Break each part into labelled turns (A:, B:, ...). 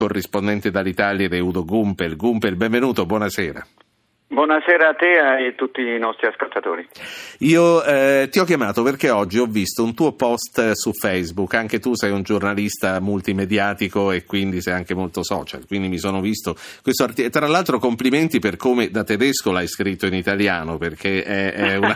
A: corrispondente dall'Italia ed è Udo Gumpel. Gumpel, benvenuto, buonasera.
B: Buonasera a te e a tutti i nostri ascoltatori.
A: Io ti ho chiamato perché oggi ho visto un tuo post su Facebook. Anche tu sei un giornalista multimediatico e quindi sei anche molto social, quindi mi sono visto questo articolo. Tra l'altro complimenti per come da tedesco l'hai scritto in italiano, perché è una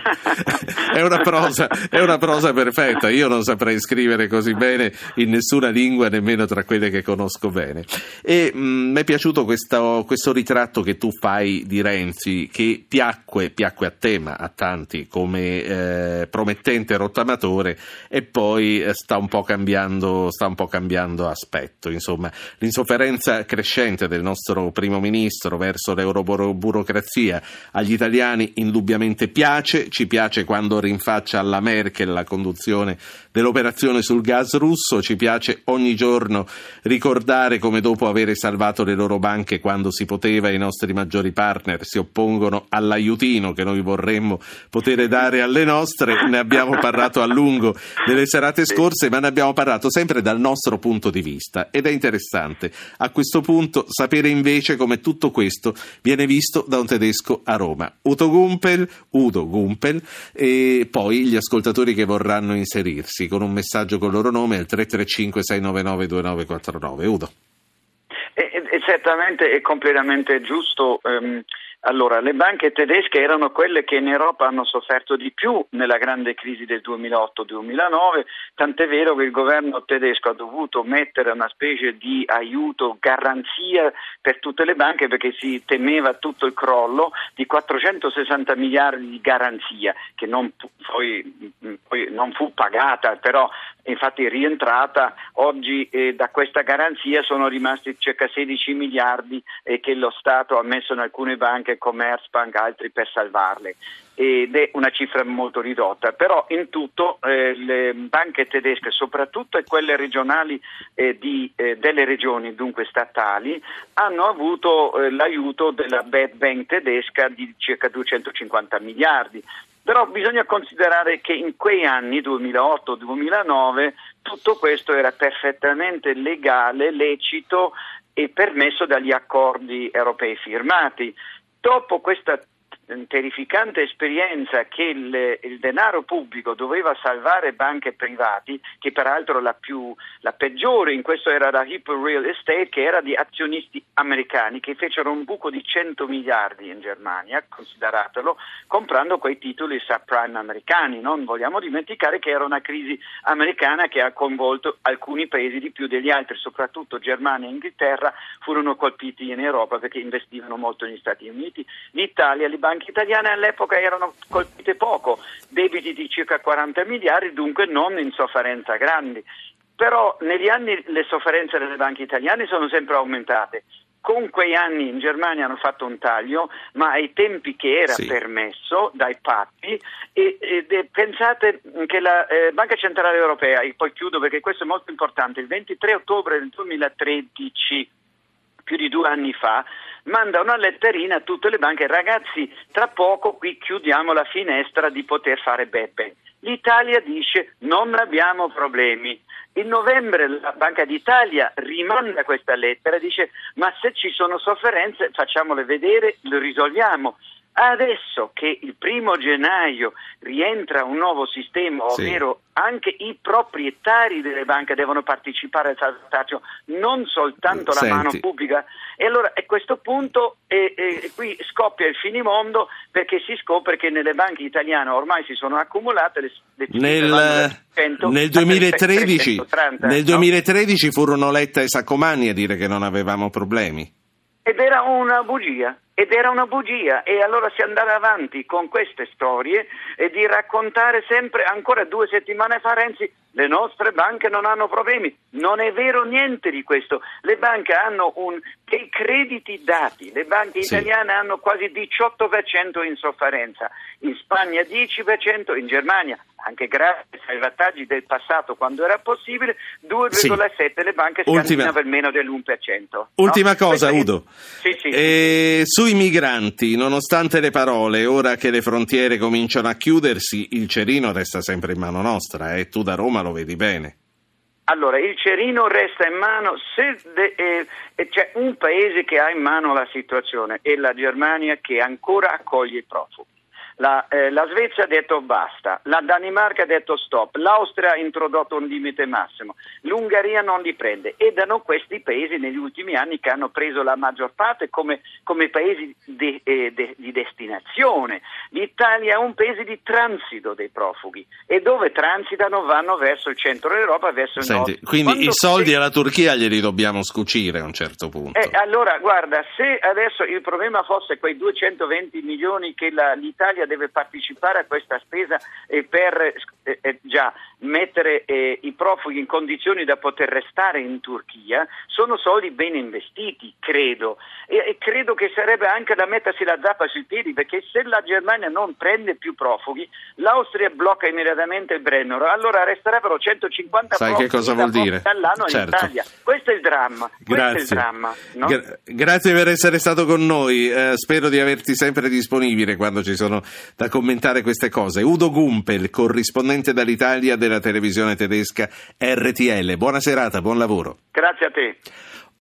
A: prosa perfetta. Io non saprei scrivere così bene in nessuna lingua, nemmeno tra quelle che conosco bene. E mi è piaciuto questo ritratto che tu fai di Renzi, che piacque a te, ma a tanti, come promettente rottamatore, e poi sta un po' cambiando aspetto. Insomma, l'insofferenza crescente del nostro primo ministro verso l'euroburocrazia agli italiani indubbiamente ci piace quando rinfaccia alla Merkel la conduzione dell'operazione sul gas russo, ci piace ogni giorno ricordare come dopo avere salvato le loro banche quando si poteva, i nostri maggiori partner si oppongono all'aiutino che noi vorremmo poter dare alle nostre. Ne abbiamo parlato a lungo nelle serate scorse, ma ne abbiamo parlato sempre dal nostro punto di vista, ed è interessante a questo punto sapere invece come tutto questo viene visto da un tedesco a Roma. Udo Gumpel, e poi gli ascoltatori che vorranno inserirsi con un messaggio con il loro nome al 335 699 2949. Udo.
B: Certamente è completamente giusto. Allora, le banche tedesche erano quelle che in Europa hanno sofferto di più nella grande crisi del 2008-2009, tant'è vero che il governo tedesco ha dovuto mettere una specie di aiuto, garanzia per tutte le banche, perché si temeva tutto il crollo di 460 miliardi di garanzia, che poi non fu pagata, però infatti rientrata. Oggi da questa garanzia sono rimasti circa 16 miliardi che lo Stato ha messo in alcune banche, Commerzbank, altri, per salvarle, ed è una cifra molto ridotta. Però in tutto le banche tedesche, soprattutto quelle regionali delle regioni, dunque statali, hanno avuto l'aiuto della Bad Bank tedesca di circa 250 miliardi. Però bisogna considerare che in quei anni, 2008-2009, tutto questo era perfettamente legale, lecito e permesso dagli accordi europei firmati. Dopo questa terrificante esperienza che il denaro pubblico doveva salvare banche privati, che peraltro la peggiore in questo era la Hypo Real Estate, che era di azionisti americani che fecero un buco di 100 miliardi in Germania, consideratelo, comprando quei titoli subprime americani. Non vogliamo dimenticare che era una crisi americana che ha coinvolto alcuni paesi di più degli altri, soprattutto Germania e Inghilterra furono colpiti in Europa perché investivano molto negli Stati Uniti. L'Italia, le banche italiane all'epoca erano colpite poco, debiti di circa 40 miliardi, dunque non in sofferenza grandi. Però negli anni le sofferenze delle banche italiane sono sempre aumentate. Con quei anni in Germania hanno fatto un taglio, ma ai tempi che era permesso dai patti, e pensate che la Banca Centrale Europea, e poi chiudo perché questo è molto importante, il 23 ottobre del 2013, più di 2 anni fa, manda una letterina a tutte le banche: ragazzi, tra poco qui chiudiamo la finestra di poter fare bad bank. L'Italia dice: non abbiamo problemi. In novembre la Banca d'Italia rimanda questa lettera e dice: ma se ci sono sofferenze facciamole vedere, lo risolviamo. Adesso che il 1° gennaio rientra un nuovo sistema, ovvero anche i proprietari delle banche devono partecipare al salvataggio, non soltanto la mano pubblica, e allora a questo punto qui scoppia il finimondo, perché si scopre che nelle banche italiane ormai si sono accumulate le
A: nel 2013 furono Letta e Saccomanni a dire che non avevamo problemi.
B: Ed era una bugia, e allora si andava avanti con queste storie e di raccontare sempre, ancora 2 settimane fa Renzi, le nostre banche non hanno problemi. Non è vero niente di questo. Le banche hanno dei crediti dati, le banche italiane hanno quasi 18% in sofferenza, in Spagna 10%, in Germania, anche grazie ai salvataggi del passato quando era possibile, 2,7%, le banche scandinave per meno dell'1%.
A: Ultima cosa, Udo.
B: Sì.
A: Sui migranti, nonostante le parole, ora che le frontiere cominciano a chiudersi, il cerino resta sempre in mano nostra, e tu da Roma lo vedi bene.
B: Allora, il cerino resta in mano se c'è un paese che ha in mano la situazione, è la Germania, che ancora accoglie i profughi. La Svezia ha detto basta, la Danimarca ha detto stop, l'Austria ha introdotto un limite massimo, l'Ungheria non li prende, ed erano questi paesi negli ultimi anni che hanno preso la maggior parte come paesi di destinazione. L'Italia è un paese di transito dei profughi, e dove transitano vanno verso il centro dell'Europa, verso il nord.
A: Quindi i soldi alla Turchia glieli dobbiamo scucire a un certo punto.
B: Allora, guarda, se adesso il problema fosse quei 220 milioni che l'Italia deve partecipare a questa spesa per già mettere i profughi in condizioni da poter restare in Turchia, sono soldi ben investiti, credo, e credo che sarebbe anche da mettersi la zappa sui piedi, perché se la Germania non prende più profughi, l'Austria blocca immediatamente il Brennero, allora resterebbero 150
A: Sai
B: profughi
A: che cosa vuol dire?
B: dall'anno
A: Certo.
B: in Italia. Questo è il dramma.
A: Grazie.
B: No?
A: Grazie per essere stato con noi, spero di averti sempre disponibile quando ci sono da commentare queste cose. Udo Gumpel, corrispondente dall'Italia della televisione tedesca RTL. Buona serata, buon lavoro.
B: Grazie a te.